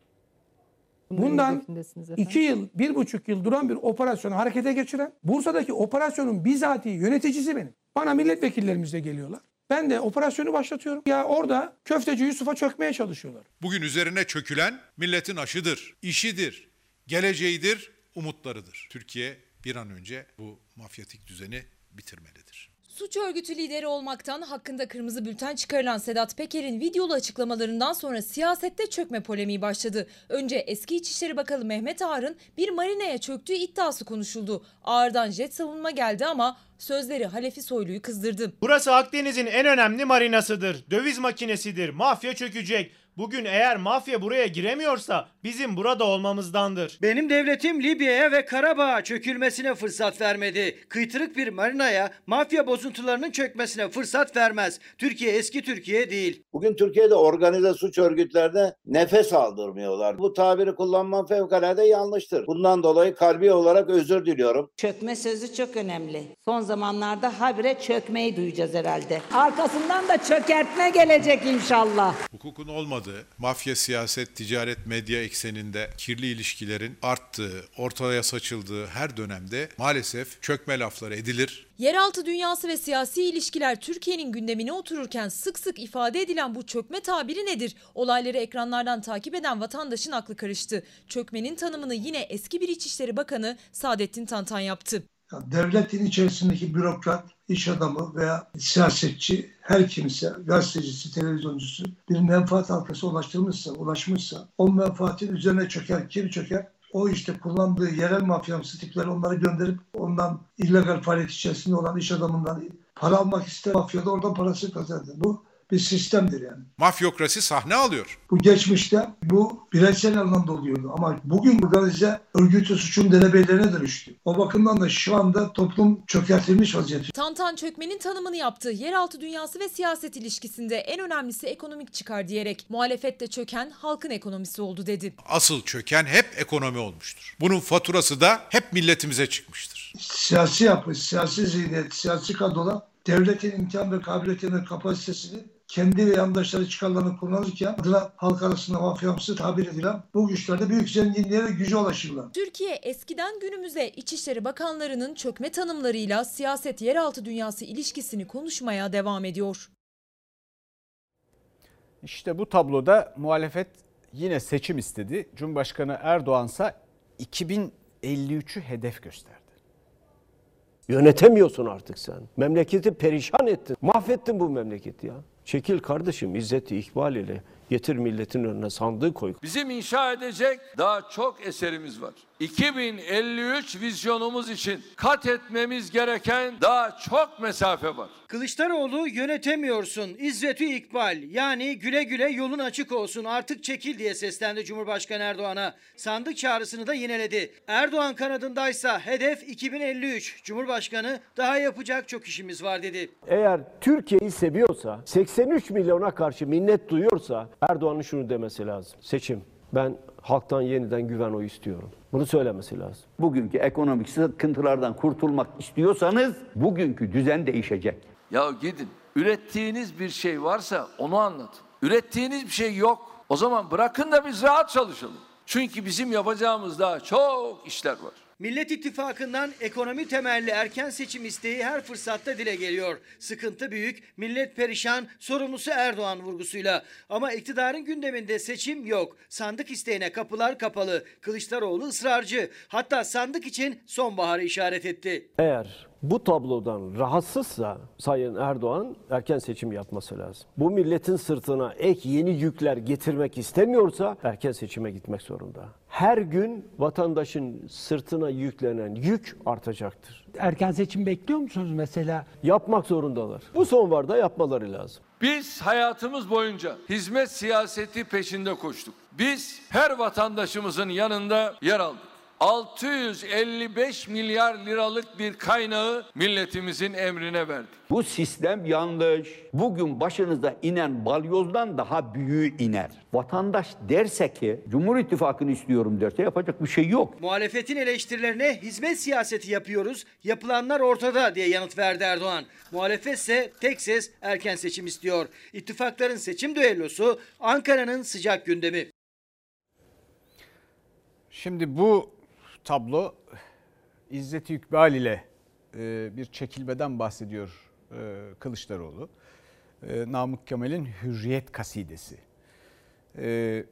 Bundan iki yıl, bir buçuk yıl duran bir operasyonu harekete geçiren, Bursa'daki operasyonun bizatihi yöneticisi benim. Bana milletvekillerimiz de geliyorlar. Ben de operasyonu başlatıyorum. Ya orada köfteci Yusuf'a çökmeye çalışıyorlar. Bugün üzerine çökülen milletin aşıdır, işidir, geleceğidir, umutlarıdır. Türkiye bir an önce bu mafyatik düzeni bitirmelidir. Suç örgütü lideri olmaktan hakkında kırmızı bülten çıkarılan Sedat Peker'in videolu açıklamalarından sonra siyasette çökme polemiği başladı. Önce eski İçişleri Bakanı Mehmet Ağar'ın bir marinaya çöktüğü iddiası konuşuldu. Ağar'dan jet savunma geldi ama sözleri Halefi Soylu'yu kızdırdı. Burası Akdeniz'in en önemli marinasıdır. Döviz makinesidir. Mafya çökecek. Bugün eğer mafya buraya giremiyorsa bizim burada olmamızdandır. Benim devletim Libya'ya ve Karabağ'a çökülmesine fırsat vermedi. Kıytırık bir marinaya mafya bozuntularının çökmesine fırsat vermez. Türkiye eski Türkiye değil. Bugün Türkiye'de organize suç örgütlerine nefes aldırmıyorlar. Bu tabiri kullanmam fevkalade yanlıştır. Bundan dolayı kalbi olarak özür diliyorum. Çökme sözü çok önemli. Son zamanlarda habire çökmeyi duyacağız herhalde. Arkasından da çökertme gelecek inşallah. Hukukun olmadığı, mafya, siyaset, ticaret, medya ekseninde kirli ilişkilerin arttığı, ortaya saçıldığı her dönemde maalesef çökme lafları edilir. Yeraltı dünyası ve siyasi ilişkiler Türkiye'nin gündemine otururken sık sık ifade edilen bu çökme tabiri nedir? Olayları ekranlardan takip eden vatandaşın aklı karıştı. Çökmenin tanımını yine eski bir İçişleri Bakanı Saadettin Tantan yaptı. Devletin içerisindeki bürokrat, iş adamı veya siyasetçi, her kimse, gazetecisi, televizyoncusu bir menfaat halkası ulaştırmışsa, ulaşmışsa o menfaatin üzerine çöker, kim çöker? O işte kullandığı yerel mafyamsı tipleri onları gönderip ondan illegal faaliyet içerisinde olan iş adamından para almak ister. Mafya da oradan parası kazanır. Bu bir sistemdir yani. Mafyokrasi sahne alıyor. Bu geçmişte bu bireysel anlamda oluyordu ama bugün organize örgütü suçun derebeylerine dönüştü. O bakımdan da şu anda toplum çökertilmiş vaziyette. Tantan çökmenin tanımını yaptı. Yeraltı dünyası ve siyaset ilişkisinde en önemlisi ekonomik çıkar diyerek muhalefette çöken halkın ekonomisi oldu dedi. Asıl çöken hep ekonomi olmuştur. Bunun faturası da hep milletimize çıkmıştır. Siyasi yapı, siyasi zihniyet, siyasi kadrolar devletin imkan ve kabiliyetinin kapasitesini kendi ve yandaşları çıkarlarını kullanırken adına halk arasında mafyamsı tabir edilen bu güçlerde büyük zenginliğe ve güce ulaşırlar. Türkiye eskiden günümüze İçişleri Bakanlarının çökme tanımlarıyla siyaset yeraltı dünyası ilişkisini konuşmaya devam ediyor. İşte bu tabloda muhalefet yine seçim istedi. Cumhurbaşkanı Erdoğan ise iki bin elli üçü hedef gösterdi. Yönetemiyorsun artık sen. Memleketi perişan ettin. Mahvettin bu memleketi ya. Çekil kardeşim, izzeti ikbal ile getir milletin önüne sandığı koy. Bizim inşa edecek daha çok eserimiz var. iki bin elli üç vizyonumuz için kat etmemiz gereken daha çok mesafe var. Kılıçdaroğlu yönetemiyorsun, İzzetü İkbal, yani güle güle yolun açık olsun, artık çekil diye seslendi Cumhurbaşkanı Erdoğan'a. Sandık çağrısını da yineledi. Erdoğan kanadındaysa hedef iki bin elli üç. Cumhurbaşkanı daha yapacak çok işimiz var dedi. Eğer Türkiye'yi seviyorsa, seksen üç milyona karşı minnet duyuyorsa Erdoğan'ın şunu demesi lazım. Seçim, ben halktan yeniden güven oyu istiyorum. Bunu söylemesi lazım. Bugünkü ekonomik sıkıntılardan kurtulmak istiyorsanız bugünkü düzen değişecek. Ya gidin, ürettiğiniz bir şey varsa onu anlatın. Ürettiğiniz bir şey yok. O zaman bırakın da biz rahat çalışalım. Çünkü bizim yapacağımız daha çok işler var. Millet İttifakı'ndan ekonomi temelli erken seçim isteği her fırsatta dile geliyor. Sıkıntı büyük, millet perişan, sorumlusu Erdoğan vurgusuyla. Ama iktidarın gündeminde seçim yok. Sandık isteğine kapılar kapalı. Kılıçdaroğlu ısrarcı. Hatta sandık için sonbaharı işaret etti. Eğer bu tablodan rahatsızsa Sayın Erdoğan erken seçim yapması lazım. Bu milletin sırtına ek yeni yükler getirmek istemiyorsa erken seçime gitmek zorunda. Her gün vatandaşın sırtına yüklenen yük artacaktır. Erken seçim bekliyor musunuz mesela? Yapmak zorundalar. Bu sonbaharda yapmaları lazım. Biz hayatımız boyunca hizmet siyaseti peşinde koştuk. Biz her vatandaşımızın yanında yer aldık. altı yüz elli beş milyar liralık bir kaynağı milletimizin emrine verdik. Bu sistem yanlış. Bugün başınıza inen balyozdan daha büyüğü iner. Vatandaş derse ki Cumhur İttifakı'nı istiyorum derse yapacak bir şey yok. Muhalefetin eleştirilerine hizmet siyaseti yapıyoruz, yapılanlar ortada diye yanıt verdi Erdoğan. Muhalefet ise tek ses erken seçim istiyor. İttifakların seçim düellosu Ankara'nın sıcak gündemi. Şimdi bu tablo İzzet-i İkbal ile e, bir çekilmeden bahsediyor e, Kılıçdaroğlu. E, Namık Kemal'in Hürriyet kasidesi. E,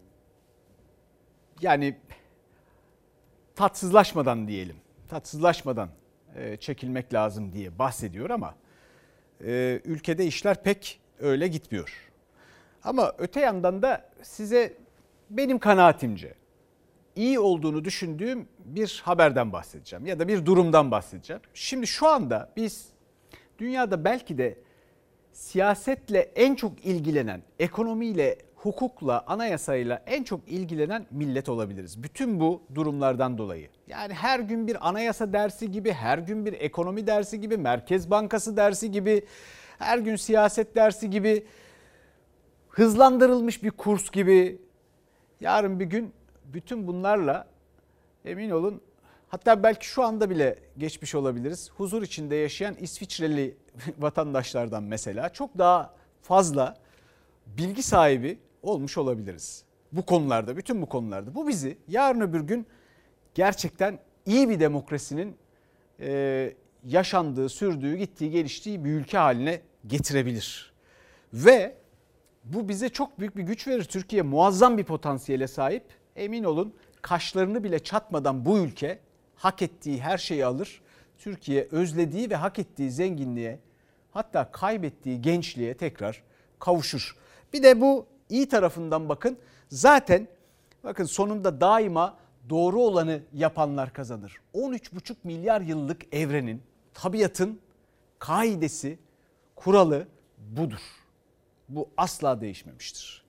yani tatsızlaşmadan diyelim, tatsızlaşmadan e, çekilmek lazım diye bahsediyor ama e, ülkede işler pek öyle gitmiyor. Ama öte yandan da size benim kanaatimce iyi olduğunu düşündüğüm bir haberden bahsedeceğim ya da bir durumdan bahsedeceğim. Şimdi şu anda biz dünyada belki de siyasetle en çok ilgilenen, ekonomiyle, hukukla, anayasayla en çok ilgilenen millet olabiliriz. Bütün bu durumlardan dolayı. Yani her gün bir anayasa dersi gibi, her gün bir ekonomi dersi gibi, Merkez Bankası dersi gibi, her gün siyaset dersi gibi, hızlandırılmış bir kurs gibi. Yarın bir gün bütün bunlarla emin olun, hatta belki şu anda bile geçmiş olabiliriz. Huzur içinde yaşayan İsviçreli vatandaşlardan mesela çok daha fazla bilgi sahibi olmuş olabiliriz. Bu konularda, bütün bu konularda. Bu bizi yarın öbür gün gerçekten iyi bir demokrasinin e, yaşandığı, sürdüğü, gittiği, geliştiği bir ülke haline getirebilir. Ve bu bize çok büyük bir güç verir. Türkiye muazzam bir potansiyele sahip. Emin olun, kaşlarını bile çatmadan bu ülke hak ettiği her şeyi alır. Türkiye özlediği ve hak ettiği zenginliğe, hatta kaybettiği gençliğe tekrar kavuşur. Bir de bu iyi tarafından bakın. Zaten bakın sonunda daima doğru olanı yapanlar kazanır. on üç buçuk milyar yıllık evrenin, tabiatın kaidesi, kuralı budur. Bu asla değişmemiştir.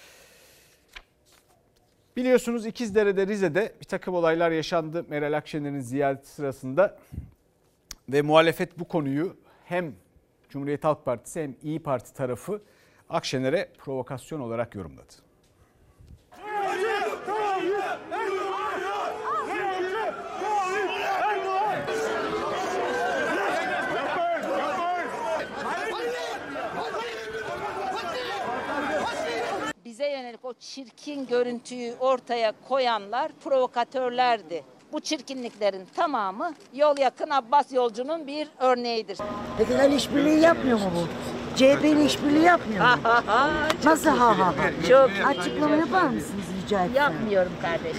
Biliyorsunuz İkizdere'de, Rize'de bir takım olaylar yaşandı Meral Akşener'in ziyareti sırasında ve muhalefet bu konuyu hem Cumhuriyet Halk Partisi hem İYİ Parti tarafı Akşener'e provokasyon olarak yorumladı. Bize yönelik o çirkin görüntüyü ortaya koyanlar provokatörlerdi. Bu çirkinliklerin tamamı yol yakın Abbas Yolcu'nun bir örneğidir. Peki işbirliği yapmıyor mu bu? C H P ile işbirliği yapmıyor mu? Nasıl ha ha ha? Çok Açıklama yapar mısınız rica etsem? Yapmıyorum kardeşim.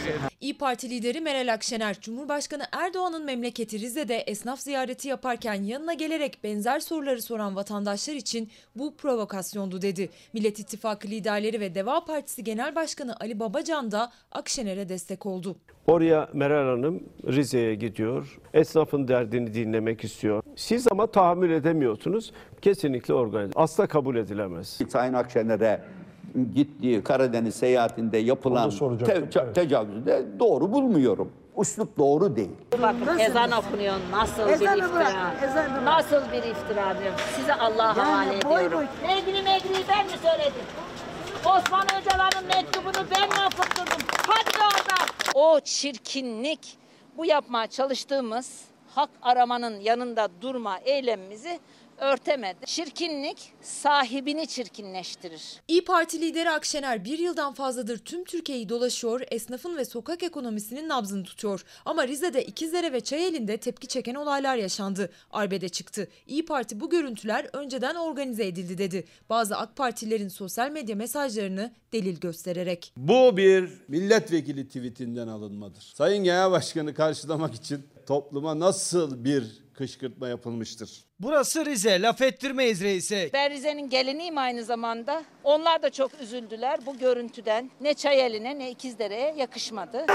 İYİ Parti lideri Meral Akşener, Cumhurbaşkanı Erdoğan'ın memleketi Rize'de esnaf ziyareti yaparken yanına gelerek benzer soruları soran vatandaşlar için bu provokasyondu dedi. Millet İttifakı liderleri ve Deva Partisi Genel Başkanı Ali Babacan da Akşener'e destek oldu. Oraya Meral Hanım Rize'ye gidiyor. Esnafın derdini dinlemek istiyor. Siz ama tahammül edemiyorsunuz. Kesinlikle organize. Asla kabul edilemez. Sayın Akşener'e gittiği Karadeniz seyahatinde yapılan te- evet. tecavüzü de doğru bulmuyorum. Üslup doğru değil. Bakın ezan okunuyor. Nasıl bir iftira? Nasıl bir iftira diyorum. Size Allah'a havale ediyorum. Negri megri ben mi söyledim? Osman Öcalan'ın mektubunu ben mi okuttum? Hadi oradan. O çirkinlik, bu yapmaya çalıştığımız hak aramanın yanında durma eylemimizi örtemedi. Çirkinlik sahibini çirkinleştirir. İYİ Parti lideri Akşener bir yıldan fazladır tüm Türkiye'yi dolaşıyor, esnafın ve sokak ekonomisinin nabzını tutuyor. Ama Rize'de İkizdere ve Çayeli'nde tepki çeken olaylar yaşandı. Arbede çıktı. İYİ Parti bu görüntüler önceden organize edildi dedi. Bazı AK Partililerin sosyal medya mesajlarını delil göstererek. Bu bir milletvekili tweetinden alınmadır. Sayın Genel Başkanı karşılamak için topluma nasıl bir kışkırtma yapılmıştır? Burası Rize, laf ettirmeyiz reise. Ben Rize'nin geliniyim aynı zamanda. Onlar da çok üzüldüler bu görüntüden. Ne Çayeli'ne ne İkizdere'ye yakışmadı.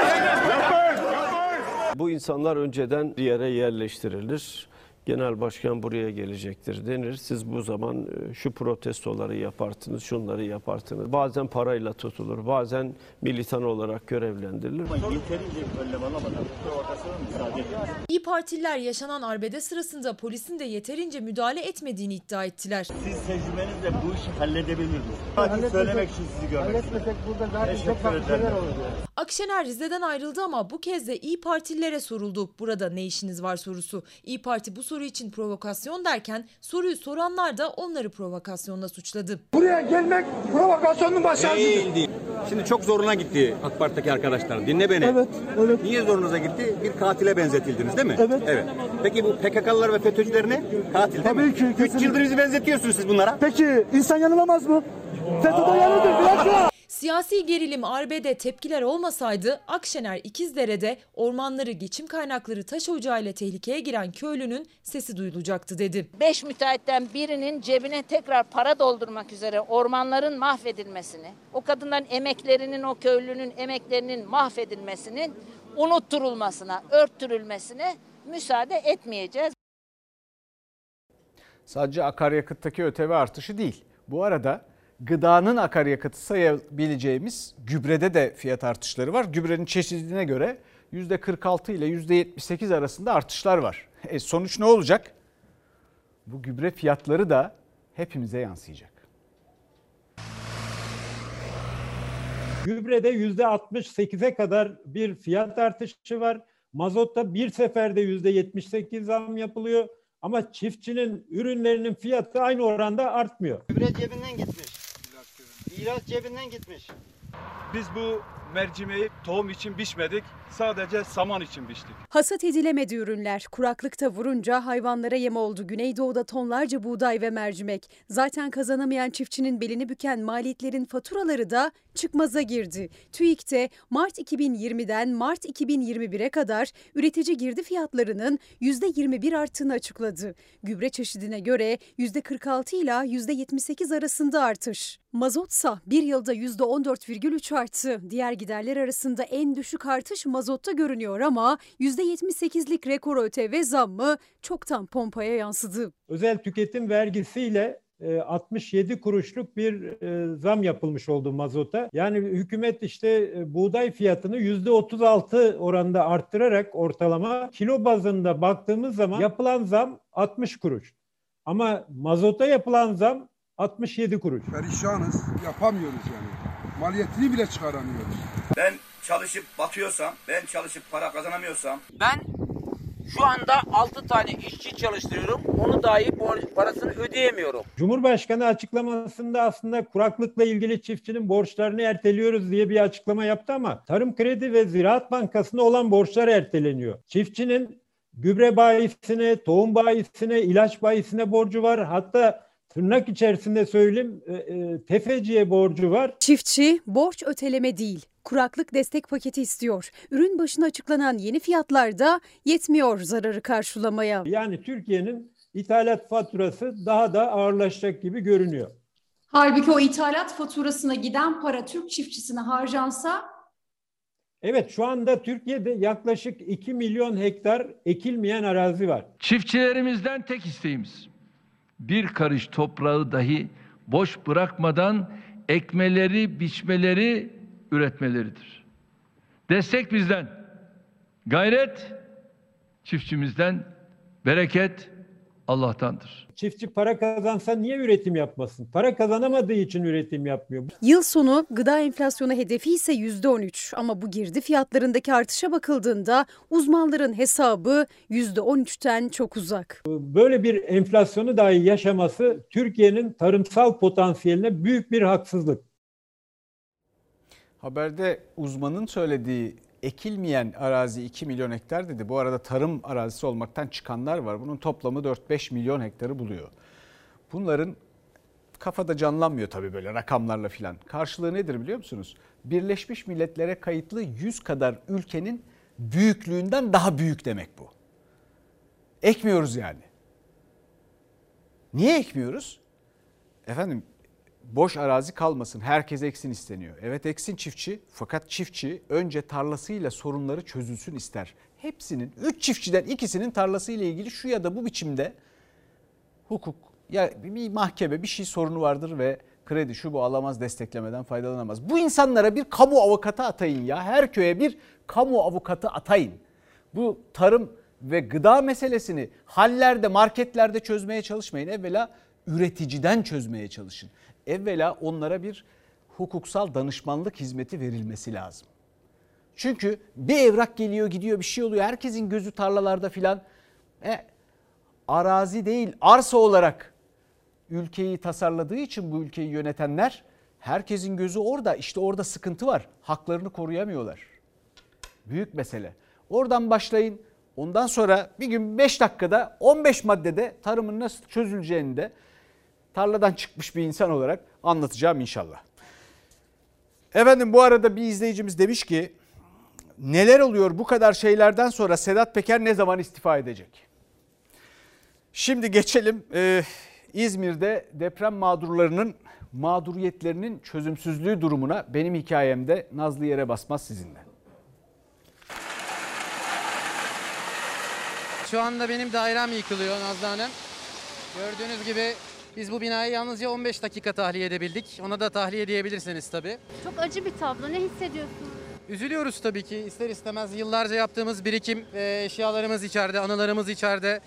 Bu insanlar önceden bir yere yerleştirilir. Genel başkan buraya gelecektir denir. Siz bu zaman şu protestoları yaparsınız, şunları yaparsınız. Bazen parayla tutulur, bazen militan olarak görevlendirilir. İYİ Partililer yaşanan arbede sırasında polisin de yeterince müdahale etmediğini iddia ettiler. Siz tecrübenizle bu işi halledebilirdiniz. Sadece söylemek için sizi görmek istedim. Burada zaten çok farklı şeyler oluyor. Akşener Rize'den ayrıldı ama bu kez de İYİ Partililere soruldu. Burada ne işiniz var sorusu. İYİ Parti bu soru için provokasyon derken soruyu soranlar da onları provokasyonla suçladı. Buraya gelmek provokasyonun başlangıcı. Değil, değil. Şimdi çok zoruna gitti AK Parti'deki arkadaşlar. Dinle beni. Evet, evet. Niye zorunuza gitti? Bir katile benzetildiniz değil mi? Evet. Evet. Peki bu P K K'lılar ve FETÖ'cüler ne? Katil değil Tabii mi? ki. Üç yıldır bizi benzetiyorsunuz siz bunlara. Peki insan yanılamaz mı? FETÖ'de yanıldır. Bırakın. Siyasi gerilim arbede tepkiler olmasaydı Akşener İkizdere'de ormanları, geçim kaynakları taş ocağıyla tehlikeye giren köylünün sesi duyulacaktı dedi. Beş müteahhitten birinin cebine tekrar para doldurmak üzere ormanların mahvedilmesini, o kadınların emeklerinin, o köylünün emeklerinin mahvedilmesinin unutturulmasına, örttürülmesine müsaade etmeyeceğiz. Sadece akaryakıttaki ÖTV artışı değil. Bu arada gıdanın akaryakıtı sayabileceğimiz gübrede de fiyat artışları var. Gübrenin çeşidine göre yüzde kırk altı ile yüzde yetmiş sekiz arasında artışlar var. E sonuç ne olacak? Bu gübre fiyatları da hepimize yansıyacak. Gübrede yüzde altmış sekize kadar bir fiyat artışı var. Mazotta bir seferde yüzde yetmiş sekiz zam yapılıyor. Ama çiftçinin ürünlerinin fiyatı aynı oranda artmıyor. Gübre cebinden gitmiş. İlaç cebinden gitmiş. Biz bu mercimeği tohum için biçmedik, sadece saman için biçtik. Hasat edilemedi ürünler. Kuraklıkta vurunca hayvanlara yem oldu. Güneydoğu'da tonlarca buğday ve mercimek. Zaten kazanamayan çiftçinin belini büken maliyetlerin faturaları da çıkmaza girdi. TÜİK'te Mart iki bin yirmiden Mart iki bin yirmi bire kadar üretici girdi fiyatlarının yüzde yirmi bir arttığını açıkladı. Gübre çeşidine göre yüzde kırk altı ile yüzde yetmiş sekiz arasında artış. Mazotsa bir yılda yüzde on dört virgül üç arttı. Diğer giderler arasında en düşük artış mazotta görünüyor ama yüzde yetmiş sekizlik rekor ÖTV zammı çoktan pompaya yansıdı. Özel tüketim vergisiyle altmış yedi kuruşluk bir zam yapılmış oldu mazota. Yani hükümet işte buğday fiyatını yüzde otuz altı oranında arttırarak ortalama kilo bazında baktığımız zaman yapılan zam altmış kuruş. Ama mazota yapılan zam altmış yedi kuruş. Perişanız, yapamıyoruz yani. Maliyetini bile çıkaramıyoruz. Ben çalışıp batıyorsam, ben çalışıp para kazanamıyorsam... Ben şu anda altı tane işçi çalıştırıyorum. Onu dahi parasını ödeyemiyorum. Cumhurbaşkanı açıklamasında aslında kuraklıkla ilgili çiftçinin borçlarını erteliyoruz diye bir açıklama yaptı ama Tarım Kredi ve Ziraat Bankası'na olan borçlar erteleniyor. Çiftçinin gübre bayisine, tohum bayisine, ilaç bayisine borcu var. Hatta tırnak içerisinde söyleyeyim e, e, tefeciye borcu var. Çiftçi borç öteleme değil, kuraklık destek paketi istiyor. Ürün başına açıklanan yeni fiyatlar da yetmiyor zararı karşılamaya. Yani Türkiye'nin ithalat faturası daha da ağırlaşacak gibi görünüyor. Halbuki o ithalat faturasına giden para Türk çiftçisine harcansa... Evet, şu anda Türkiye'de yaklaşık iki milyon hektar ekilmeyen arazi var. Çiftçilerimizden tek isteğimiz bir karış toprağı dahi boş bırakmadan ekmeleri, biçmeleri, üretmeleridir. Destek bizden, gayret çiftçimizden, bereket Allah'tandır. Çiftçi para kazansa niye üretim yapmasın? Para kazanamadığı için üretim yapmıyor. Yıl sonu gıda enflasyonu hedefi ise yüzde on üç ama bu girdi fiyatlarındaki artışa bakıldığında uzmanların hesabı yüzde on üçten çok uzak. Böyle bir enflasyonu dahi yaşaması Türkiye'nin tarımsal potansiyeline büyük bir haksızlık. Haberde uzmanın söylediği ekilmeyen arazi iki milyon hektar dedi. Bu arada tarım arazisi olmaktan çıkanlar var. Bunun toplamı dört beş milyon hektarı buluyor. Bunların kafada canlanmıyor tabii böyle rakamlarla filan. Karşılığı nedir biliyor musunuz? Birleşmiş Milletler'e kayıtlı yüz kadar ülkenin büyüklüğünden daha büyük demek bu. Ekmiyoruz yani. Niye ekmiyoruz? Efendim boş arazi kalmasın, herkes eksin isteniyor. Evet eksin çiftçi, fakat çiftçi önce tarlasıyla sorunları çözülsün ister. Hepsinin, üç çiftçiden ikisinin tarlasıyla ilgili şu ya da bu biçimde hukuk, ya bir mahkeme bir şey sorunu vardır ve kredi şu bu alamaz, desteklemeden faydalanamaz. Bu insanlara bir kamu avukatı atayın ya, her köye bir kamu avukatı atayın. Bu tarım ve gıda meselesini hallerde, marketlerde çözmeye çalışmayın. Evvela üreticiden çözmeye çalışın. Evvela onlara bir hukuksal danışmanlık hizmeti verilmesi lazım. Çünkü bir evrak geliyor gidiyor bir şey oluyor. Herkesin gözü tarlalarda filan. E, arazi değil arsa olarak ülkeyi tasarladığı için bu ülkeyi yönetenler herkesin gözü orada. İşte orada sıkıntı var. Haklarını koruyamıyorlar. Büyük mesele. Oradan başlayın. Ondan sonra bir gün beş dakikada on beş maddede tarımın nasıl çözüleceğini de tarladan çıkmış bir insan olarak anlatacağım inşallah. Efendim bu arada bir izleyicimiz demiş ki neler oluyor bu kadar şeylerden sonra Sedat Peker ne zaman istifa edecek? Şimdi geçelim ee, İzmir'de deprem mağdurlarının mağduriyetlerinin çözümsüzlüğü durumuna. Benim hikayemde Nazlı Yere Basmaz sizinle. Şu anda benim dairem yıkılıyor Nazlı Hanım. Gördüğünüz gibi biz bu binayı yalnızca on beş dakika tahliye edebildik. Ona da tahliye edebilirsiniz tabii. Çok acı bir tablo. Ne hissediyorsunuz? Üzülüyoruz tabii ki. İster istemez yıllarca yaptığımız birikim ve eşyalarımız içeride, anılarımız içeride.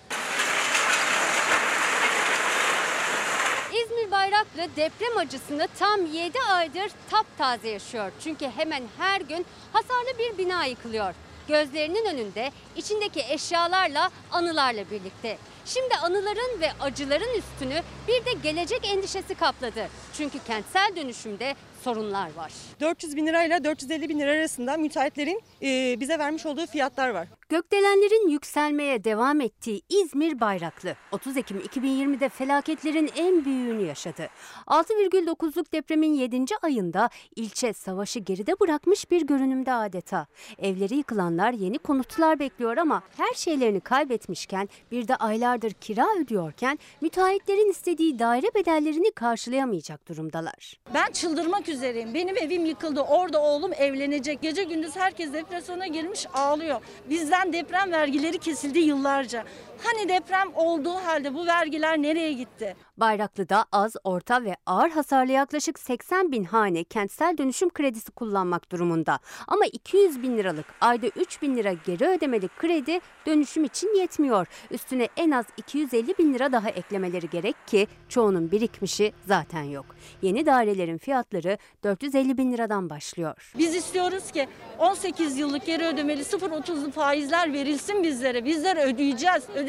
İzmir Bayraklı deprem acısını tam yedi aydır taptaze yaşıyor. Çünkü hemen her gün hasarlı bir bina yıkılıyor. Gözlerinin önünde içindeki eşyalarla, anılarla birlikte. Şimdi anıların ve acıların üstünü bir de gelecek endişesi kapladı. Çünkü kentsel dönüşümde sorunlar var. dört yüz bin lirayla dört yüz elli bin lira arasında müteahhitlerin e, bize vermiş olduğu fiyatlar var. Gökdelenlerin yükselmeye devam ettiği İzmir Bayraklı otuz Ekim iki bin yirmide felaketlerin en büyüğünü yaşadı. altı virgül dokuzluk depremin yedinci ayında ilçe savaşı geride bırakmış bir görünümde adeta. Evleri yıkılanlar yeni konutlar bekliyor ama her şeylerini kaybetmişken bir de aylardır kira ödüyorken müteahhitlerin istediği daire bedellerini karşılayamayacak durumdalar. Ben çıldırmak üzereyim. Benim evim yıkıldı. Orada oğlum evlenecek. Gece gündüz herkes depresyona girmiş ağlıyor. Bizden deprem vergileri kesildi yıllarca. Hani deprem olduğu halde bu vergiler nereye gitti? Bayraklı'da az, orta ve ağır hasarlı yaklaşık seksen bin hane kentsel dönüşüm kredisi kullanmak durumunda. Ama iki yüz bin liralık ayda üç bin lira geri ödemelik kredi dönüşüm için yetmiyor. Üstüne en az iki yüz elli bin lira daha eklemeleri gerek ki çoğunun birikmişi zaten yok. Yeni dairelerin fiyatları dört yüz elli bin liradan başlıyor. Biz istiyoruz ki on sekiz yıllık geri ödemeli sıfır otuzlu faizler verilsin bizlere. Bizler ödeyeceğiz. Öde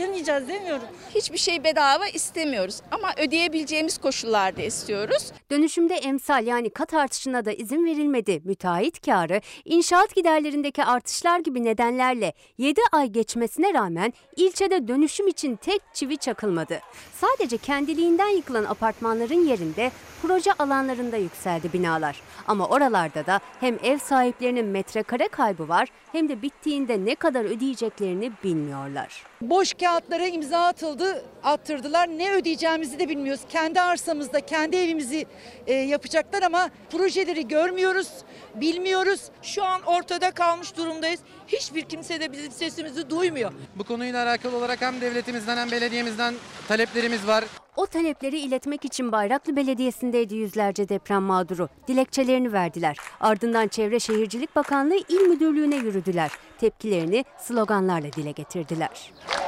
ödemeyeceğiz demiyorum. Hiçbir şey bedava istemiyoruz ama ödeyebileceğimiz koşullarda istiyoruz. Dönüşümde emsal yani kat artışına da izin verilmedi. Müteahhit kârı, inşaat giderlerindeki artışlar gibi nedenlerle yedi ay geçmesine rağmen ilçede dönüşüm için tek çivi çakılmadı. Sadece kendiliğinden yıkılan apartmanların yerinde proje alanlarında yükseldi binalar. Ama oralarda da hem ev sahiplerinin metrekare kaybı var hem de bittiğinde ne kadar ödeyeceklerini bilmiyorlar. Boş kağıtlara imza atıldı, attırdılar. Ne ödeyeceğimizi de bilmiyoruz. Kendi arsamızda, kendi evimizi e, yapacaklar ama projeleri görmüyoruz, bilmiyoruz. Şu an ortada kalmış durumdayız. Hiçbir kimse de bizim sesimizi duymuyor. Bu konuyla alakalı olarak hem devletimizden hem belediyemizden taleplerimiz var. O talepleri iletmek için Bayraklı Belediyesi'ndeydi yüzlerce deprem mağduru. Dilekçelerini verdiler. Ardından Çevre Şehircilik Bakanlığı İl Müdürlüğü'ne yürüdüler. Tepkilerini sloganlarla dile getirdiler.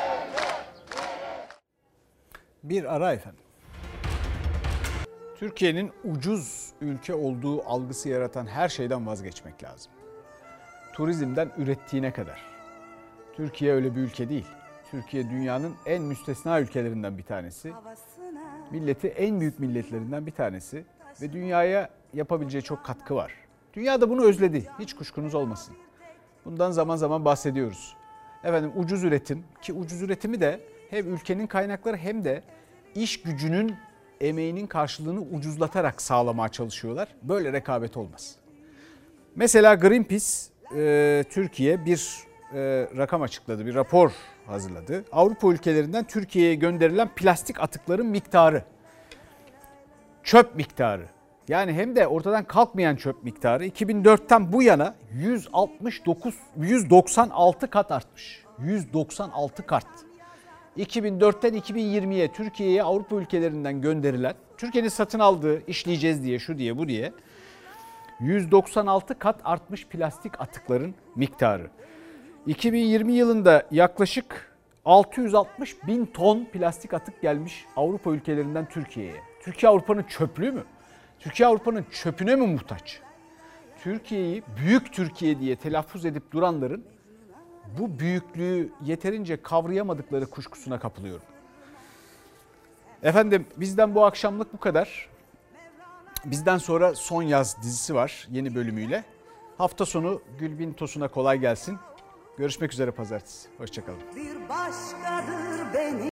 Bir ara efendim. Türkiye'nin ucuz ülke olduğu algısı yaratan her şeyden vazgeçmek lazım. Turizmden ürettiğine kadar. Türkiye öyle bir ülke değil. Türkiye dünyanın en müstesna ülkelerinden bir tanesi. Milleti en büyük milletlerinden bir tanesi ve dünyaya yapabileceği çok katkı var. Dünya da bunu özledi. Hiç kuşkunuz olmasın. Bundan zaman zaman bahsediyoruz. Efendim ucuz üretim ki ucuz üretimi de hem ülkenin kaynakları hem de iş gücünün emeğinin karşılığını ucuzlatarak sağlamaya çalışıyorlar. Böyle rekabet olmaz. Mesela Greenpeace e, Türkiye bir e, rakam açıkladı, bir rapor hazırladı. Avrupa ülkelerinden Türkiye'ye gönderilen plastik atıkların miktarı, çöp miktarı. Yani hem de ortadan kalkmayan çöp miktarı iki bin dörtten bu yana yüz altmış dokuz, yüz doksan altı kat artmış. yüz doksan altı kat. iki bin dörtten iki bin yirmiye Türkiye'ye Avrupa ülkelerinden gönderilen, Türkiye'nin satın aldığı, işleyeceğiz diye, şu diye, bu diye yüz doksan altı kat artmış plastik atıkların miktarı. iki bin yirmi yılında yaklaşık altı yüz altmış bin ton plastik atık gelmiş Avrupa ülkelerinden Türkiye'ye. Türkiye Avrupa'nın çöplüğü mü? Türkiye Avrupa'nın çöpüne mi muhtaç? Türkiye'yi büyük Türkiye diye telaffuz edip duranların bu büyüklüğü yeterince kavrayamadıkları kuşkusuna kapılıyorum. Efendim bizden bu akşamlık bu kadar. Bizden sonra Son Yaz dizisi var yeni bölümüyle. Hafta sonu Gülbin Tosun'a kolay gelsin. Görüşmek üzere pazartesi. Hoşçakalın.